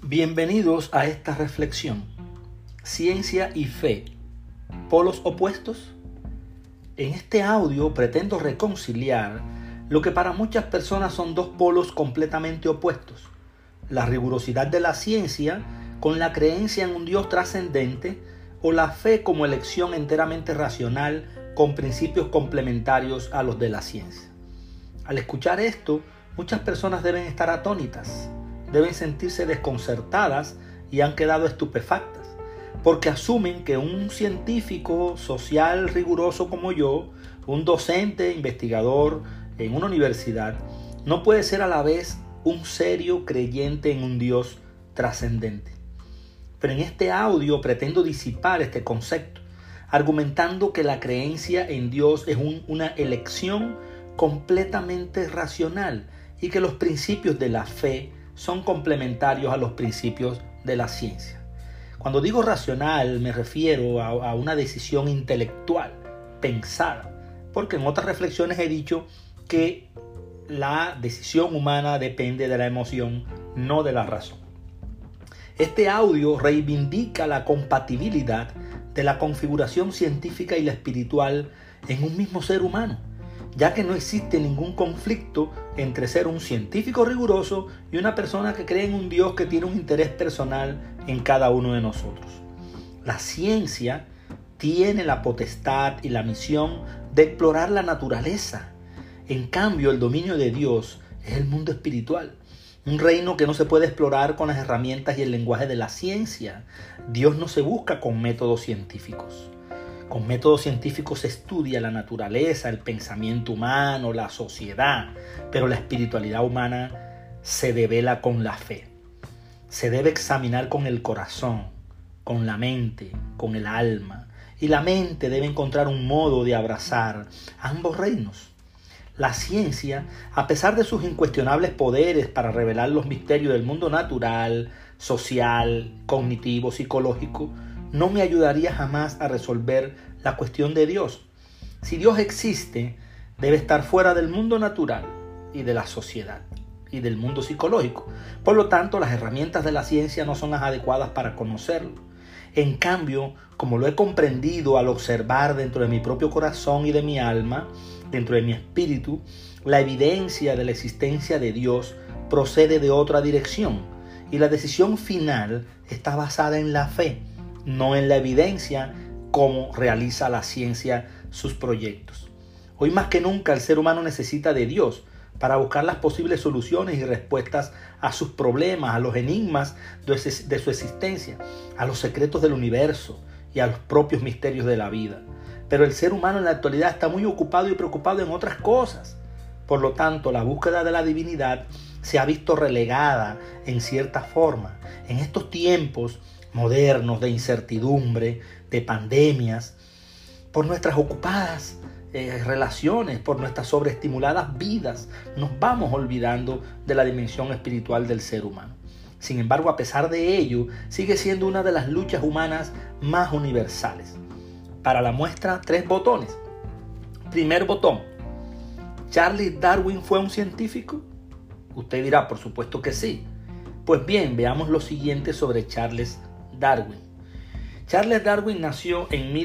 Bienvenidos a esta reflexión. Ciencia y fe, ¿polos opuestos? En este audio pretendo reconciliar lo que para muchas personas son dos polos completamente opuestos: la rigurosidad de la ciencia con la creencia en un Dios trascendente, o la fe como elección enteramente racional con principios complementarios a los de la ciencia. Al escuchar esto, muchas personas deben estar atónitas, deben sentirse desconcertadas y han quedado estupefactas, porque asumen que un científico social riguroso como yo, un docente, investigador en una universidad, no puede ser a la vez un serio creyente en un Dios trascendente. Pero en este audio pretendo disipar este concepto, argumentando que la creencia en Dios es una elección completamente racional y que los principios de la fe son complementarios a los principios de la ciencia. Cuando digo racional me refiero a una decisión intelectual, pensada, porque en otras reflexiones he dicho que la decisión humana depende de la emoción, no de la razón. Este audio reivindica la compatibilidad de la configuración científica y la espiritual en un mismo ser humano, ya que no existe ningún conflicto entre ser un científico riguroso y una persona que cree en un Dios que tiene un interés personal en cada uno de nosotros. La ciencia tiene la potestad y la misión de explorar la naturaleza. En cambio, el dominio de Dios es el mundo espiritual, un reino que no se puede explorar con las herramientas y el lenguaje de la ciencia. Dios no se busca con métodos científicos. Con métodos científicos se estudia la naturaleza, el pensamiento humano, la sociedad, pero la espiritualidad humana se devela con la fe. Se debe examinar con el corazón, con la mente, con el alma, y la mente debe encontrar un modo de abrazar ambos reinos. La ciencia, a pesar de sus incuestionables poderes para revelar los misterios del mundo natural, social, cognitivo, psicológico, no me ayudaría jamás a resolver la cuestión de Dios. Si Dios existe, debe estar fuera del mundo natural y de la sociedad y del mundo psicológico. Por lo tanto, las herramientas de la ciencia no son las adecuadas para conocerlo. En cambio, como lo he comprendido al observar dentro de mi propio corazón y de mi alma, dentro de mi espíritu, la evidencia de la existencia de Dios procede de otra dirección, y la decisión final está basada en la fe, no en la evidencia como realiza la ciencia sus proyectos. Hoy más que nunca el ser humano necesita de Dios para buscar las posibles soluciones y respuestas a sus problemas, a los enigmas de su existencia, a los secretos del universo y a los propios misterios de la vida. Pero el ser humano en la actualidad está muy ocupado y preocupado en otras cosas. Por lo tanto, la búsqueda de la divinidad se ha visto relegada en cierta forma. En estos tiempos modernos de incertidumbre, de pandemias, por nuestras ocupadas relaciones, por nuestras sobreestimuladas vidas, nos vamos olvidando de la dimensión espiritual del ser humano. Sin embargo, a pesar de ello, sigue siendo una de las luchas humanas más universales. Para la muestra, 3 botones. Primer botón: ¿Charles Darwin fue un científico? Usted dirá, por supuesto que sí. Pues bien, veamos lo siguiente sobre Charles Darwin. Charles Darwin nació en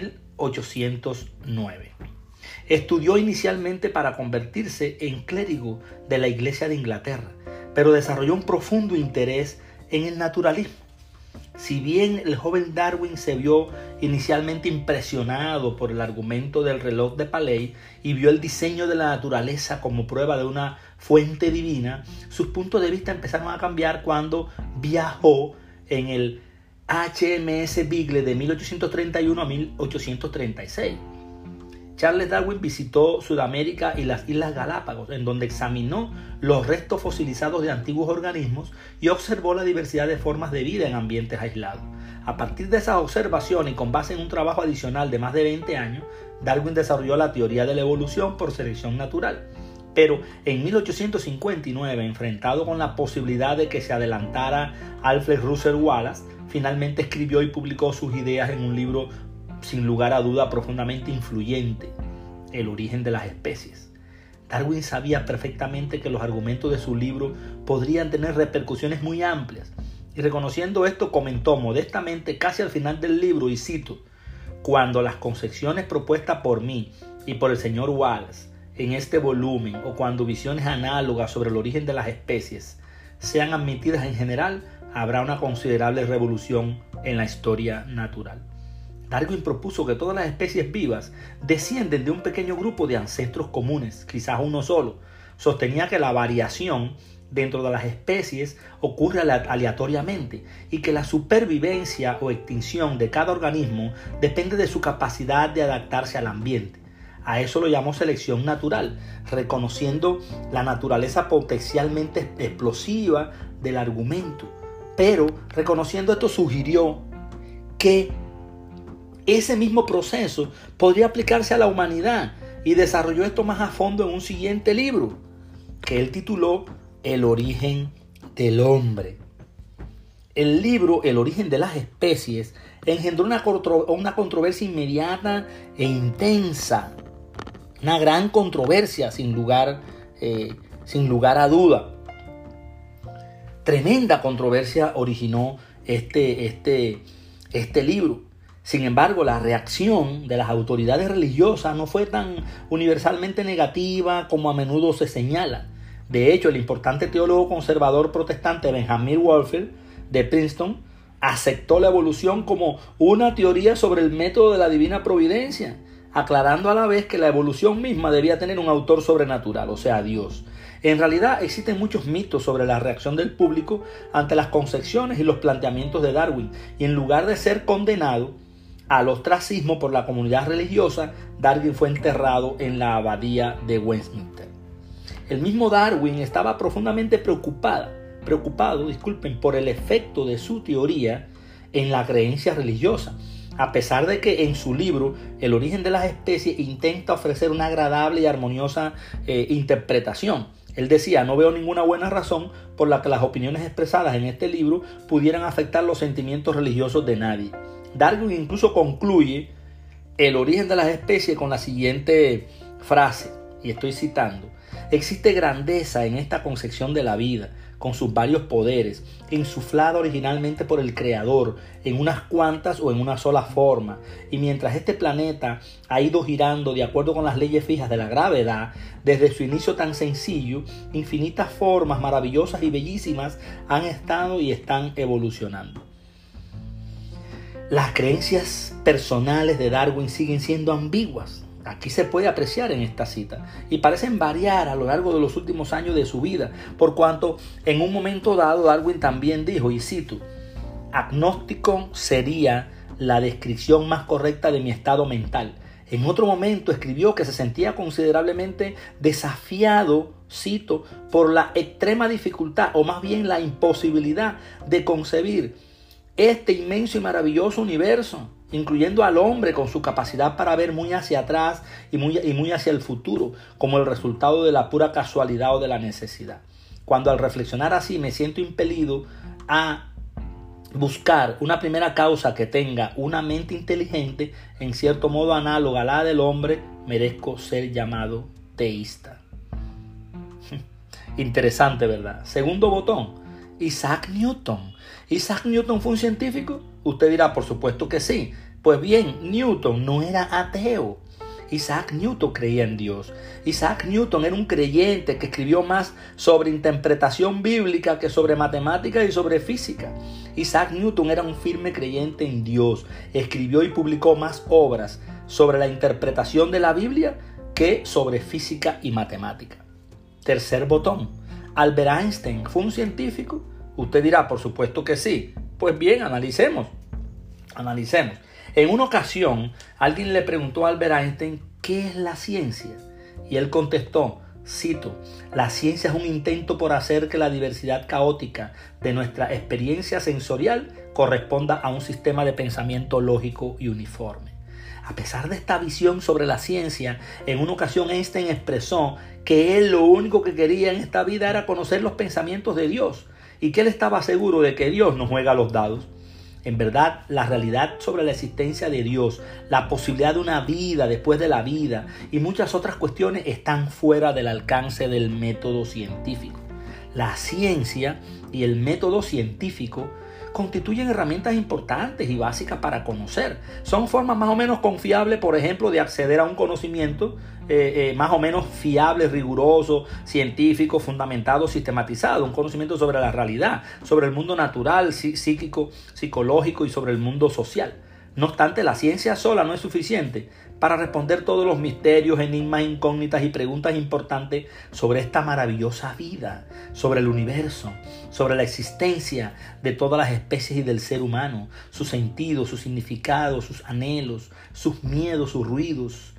1809. Estudió inicialmente para convertirse en clérigo de la Iglesia de Inglaterra, pero desarrolló un profundo interés en el naturalismo. Si bien el joven Darwin se vio inicialmente impresionado por el argumento del reloj de Paley y vio el diseño de la naturaleza como prueba de una fuente divina, sus puntos de vista empezaron a cambiar cuando viajó en el HMS Beagle de 1831 a 1836. Charles Darwin visitó Sudamérica y las Islas Galápagos, en donde examinó los restos fosilizados de antiguos organismos y observó la diversidad de formas de vida en ambientes aislados. A partir de esas observaciones y con base en un trabajo adicional de más de 20 años, Darwin desarrolló la teoría de la evolución por selección natural. Pero en 1859, enfrentado con la posibilidad de que se adelantara Alfred Russel Wallace, finalmente escribió y publicó sus ideas en un libro sin lugar a duda profundamente influyente, El origen de las especies. Darwin sabía perfectamente que los argumentos de su libro podrían tener repercusiones muy amplias Y reconociendo esto, comentó modestamente casi al final del libro, y cito: cuando las concepciones propuestas por mí y por el señor Wallace en este volumen, o cuando visiones análogas sobre el origen de las especies sean admitidas en general, habrá una considerable revolución en la historia natural. Darwin propuso que todas las especies vivas descienden de un pequeño grupo de ancestros comunes, quizás uno solo. Sostenía que la variación dentro de las especies ocurre aleatoriamente y que la supervivencia o extinción de cada organismo depende de su capacidad de adaptarse al ambiente. A eso lo llamó selección natural, reconociendo la naturaleza potencialmente explosiva del argumento. Pero reconociendo esto, sugirió que ese mismo proceso podría aplicarse a la humanidad, y desarrolló esto más a fondo en un siguiente libro que él tituló El origen del hombre. El libro El origen de las especies engendró una controversia inmediata e intensa, una gran controversia sin lugar a duda. Tremenda controversia originó este libro. Sin embargo, la reacción de las autoridades religiosas no fue tan universalmente negativa como a menudo se señala. De hecho, el importante teólogo conservador protestante Benjamin Warfield de Princeton aceptó la evolución como una teoría sobre el método de la divina providencia, aclarando a la vez que la evolución misma debía tener un autor sobrenatural, o sea, Dios. En realidad existen muchos mitos sobre la reacción del público ante las concepciones y los planteamientos de Darwin, y en lugar de ser condenado al ostracismo por la comunidad religiosa, Darwin fue enterrado en la abadía de Westminster. El mismo Darwin estaba profundamente preocupado por el efecto de su teoría en la creencia religiosa, a pesar de que en su libro El origen de las especies intenta ofrecer una agradable y armoniosa interpretación. Él decía: no veo ninguna buena razón por la que las opiniones expresadas en este libro pudieran afectar los sentimientos religiosos de nadie. Darwin incluso concluye El origen de las especies con la siguiente frase, y estoy citando: existe grandeza en esta concepción de la vida, con sus varios poderes, insuflada originalmente por el Creador, en unas cuantas o en una sola forma. Y mientras este planeta ha ido girando de acuerdo con las leyes fijas de la gravedad, desde su inicio tan sencillo, infinitas formas maravillosas y bellísimas han estado y están evolucionando. Las creencias personales de Darwin siguen siendo ambiguas. Aquí se puede apreciar en esta cita, y parecen variar a lo largo de los últimos años de su vida, por cuanto en un momento dado Darwin también dijo, y cito: agnóstico sería la descripción más correcta de mi estado mental. En otro momento escribió que se sentía considerablemente desafiado, cito, por la extrema dificultad, o más bien la imposibilidad de concebir este inmenso y maravilloso universo, incluyendo al hombre con su capacidad para ver muy hacia atrás y muy hacia el futuro, como el resultado de la pura casualidad o de la necesidad. Cuando al reflexionar así me siento impelido a buscar una primera causa que tenga una mente inteligente, en cierto modo análoga a la del hombre, merezco ser llamado teísta. Interesante, ¿verdad? Segundo botón, Isaac Newton. ¿Isaac Newton fue un científico? Usted dirá, por supuesto que sí. Pues bien, Newton no era ateo. Isaac Newton creía en Dios. Isaac Newton era un creyente que escribió más sobre interpretación bíblica que sobre matemática y sobre física. Isaac Newton era un firme creyente en Dios. Escribió y publicó más obras sobre la interpretación de la Biblia que sobre física y matemática. Tercer botón, Albert Einstein fue un científico. Usted dirá, por supuesto que sí. Pues bien, analicemos. En una ocasión, alguien le preguntó a Albert Einstein, ¿qué es la ciencia? Y él contestó, cito: la ciencia es un intento por hacer que la diversidad caótica de nuestra experiencia sensorial corresponda a un sistema de pensamiento lógico y uniforme. A pesar de esta visión sobre la ciencia, en una ocasión Einstein expresó que él lo único que quería en esta vida era conocer los pensamientos de Dios, y que él estaba seguro de que Dios no juega los dados. En verdad, la realidad sobre la existencia de Dios, la posibilidad de una vida después de la vida y muchas otras cuestiones están fuera del alcance del método científico. La ciencia y el método científico constituyen herramientas importantes y básicas para conocer. Son formas más o menos confiables, por ejemplo, de acceder a un conocimiento más o menos fiable, riguroso, científico, fundamentado, sistematizado. Un conocimiento sobre la realidad, sobre el mundo natural, psíquico, psicológico y sobre el mundo social. No obstante, la ciencia sola no es suficiente para responder todos los misterios, enigmas, incógnitas y preguntas importantes sobre esta maravillosa vida, sobre el universo, sobre la existencia de todas las especies y del ser humano, sus sentidos, sus significados, sus anhelos, sus miedos, sus ruidos,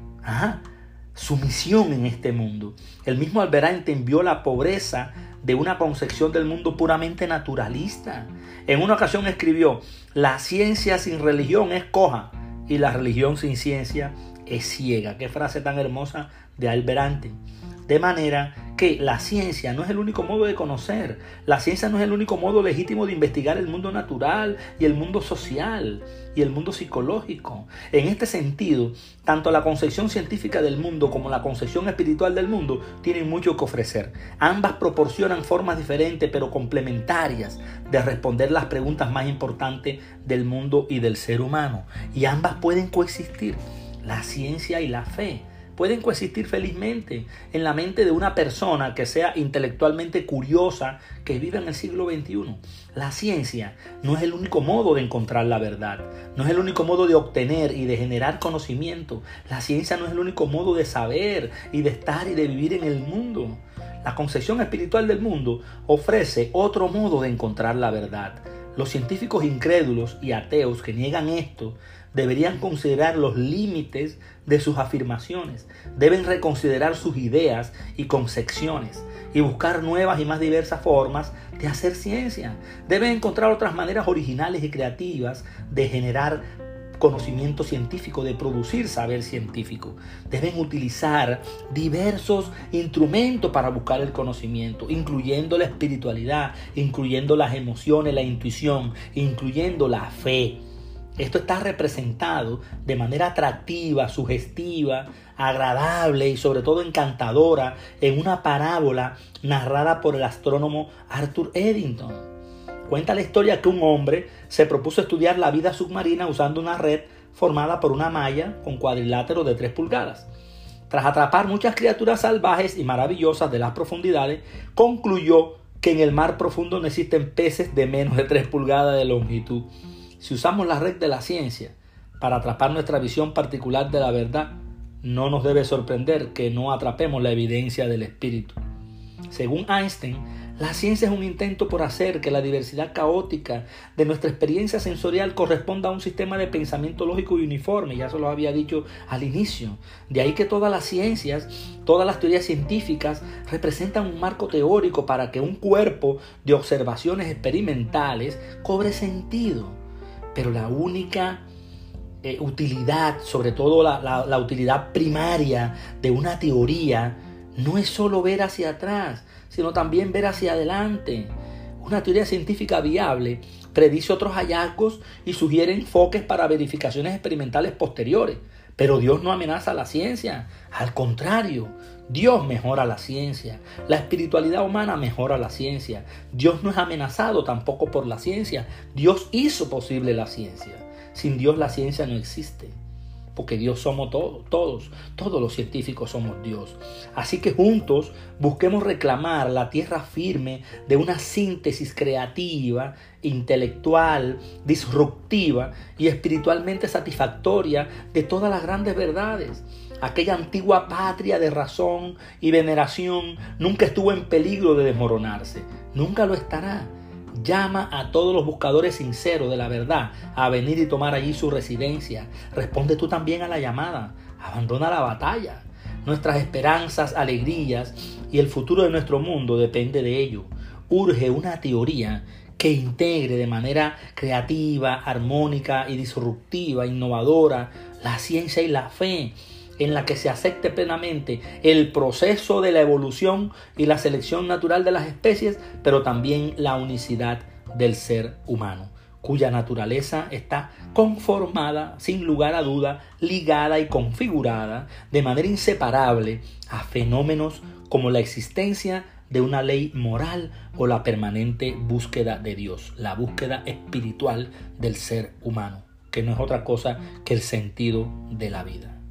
su misión en este mundo. El mismo Albert Einstein vio la pobreza de una concepción del mundo puramente naturalista. En una ocasión escribió: la ciencia sin religión es coja y la religión sin ciencia es ciega. Qué frase tan hermosa de Albert Einstein. De manera que la ciencia no es el único modo de conocer. La ciencia no es el único modo legítimo de investigar el mundo natural y el mundo social y el mundo psicológico. En este sentido, tanto la concepción científica del mundo como la concepción espiritual del mundo tienen mucho que ofrecer. Ambas proporcionan formas diferentes pero complementarias de responder las preguntas más importantes del mundo y del ser humano. Y ambas pueden coexistir, la ciencia y la fe. Pueden coexistir felizmente en la mente de una persona que sea intelectualmente curiosa, que vive en el siglo XXI. La ciencia no es el único modo de encontrar la verdad, no es el único modo de obtener y de generar conocimiento. La ciencia no es el único modo de saber y de estar y de vivir en el mundo. La concepción espiritual del mundo ofrece otro modo de encontrar la verdad. Los científicos incrédulos y ateos que niegan esto deberían considerar los límites de sus afirmaciones, deben reconsiderar sus ideas y concepciones y buscar nuevas y más diversas formas de hacer ciencia. Deben encontrar otras maneras originales y creativas de generar conocimiento científico, de producir saber científico. Deben utilizar diversos instrumentos para buscar el conocimiento, incluyendo la espiritualidad, incluyendo las emociones, la intuición, incluyendo la fe. Esto está representado de manera atractiva, sugestiva, agradable y sobre todo encantadora en una parábola narrada por el astrónomo Arthur Eddington. Cuenta la historia que un hombre se propuso estudiar la vida submarina usando una red formada por una malla con cuadrilátero de 3 pulgadas. Tras atrapar muchas criaturas salvajes y maravillosas de las profundidades, concluyó que en el mar profundo no existen peces de menos de 3 pulgadas de longitud. Si usamos la red de la ciencia para atrapar nuestra visión particular de la verdad, no nos debe sorprender que no atrapemos la evidencia del espíritu. Según Einstein, la ciencia es un intento por hacer que la diversidad caótica de nuestra experiencia sensorial corresponda a un sistema de pensamiento lógico y uniforme. Ya se lo había dicho al inicio. De ahí que todas las ciencias, todas las teorías científicas representan un marco teórico para que un cuerpo de observaciones experimentales cobre sentido. Pero la única utilidad, sobre todo la utilidad primaria de una teoría, no es solo ver hacia atrás, sino también ver hacia adelante. Una teoría científica viable predice otros hallazgos y sugiere enfoques para verificaciones experimentales posteriores. Pero Dios no amenaza a la ciencia. Al contrario, Dios mejora la ciencia. La espiritualidad humana mejora la ciencia. Dios no es amenazado tampoco por la ciencia. Dios hizo posible la ciencia. Sin Dios la ciencia no existe. Porque Dios somos todos los científicos somos Dios. Así que juntos busquemos reclamar la tierra firme de una síntesis creativa, intelectual, disruptiva y espiritualmente satisfactoria de todas las grandes verdades. Aquella antigua patria de razón y veneración nunca estuvo en peligro de desmoronarse, nunca lo estará. Llama a todos los buscadores sinceros de la verdad a venir y tomar allí su residencia. Responde tú también a la llamada. Abandona la batalla. Nuestras esperanzas, alegrías y el futuro de nuestro mundo depende de ello. Urge una teoría que integre de manera creativa, armónica y disruptiva, innovadora, la ciencia y la fe, en la que se acepte plenamente el proceso de la evolución y la selección natural de las especies, pero también la unicidad del ser humano, cuya naturaleza está conformada, sin lugar a duda, ligada y configurada de manera inseparable a fenómenos como la existencia de una ley moral o la permanente búsqueda de Dios, la búsqueda espiritual del ser humano, que no es otra cosa que el sentido de la vida.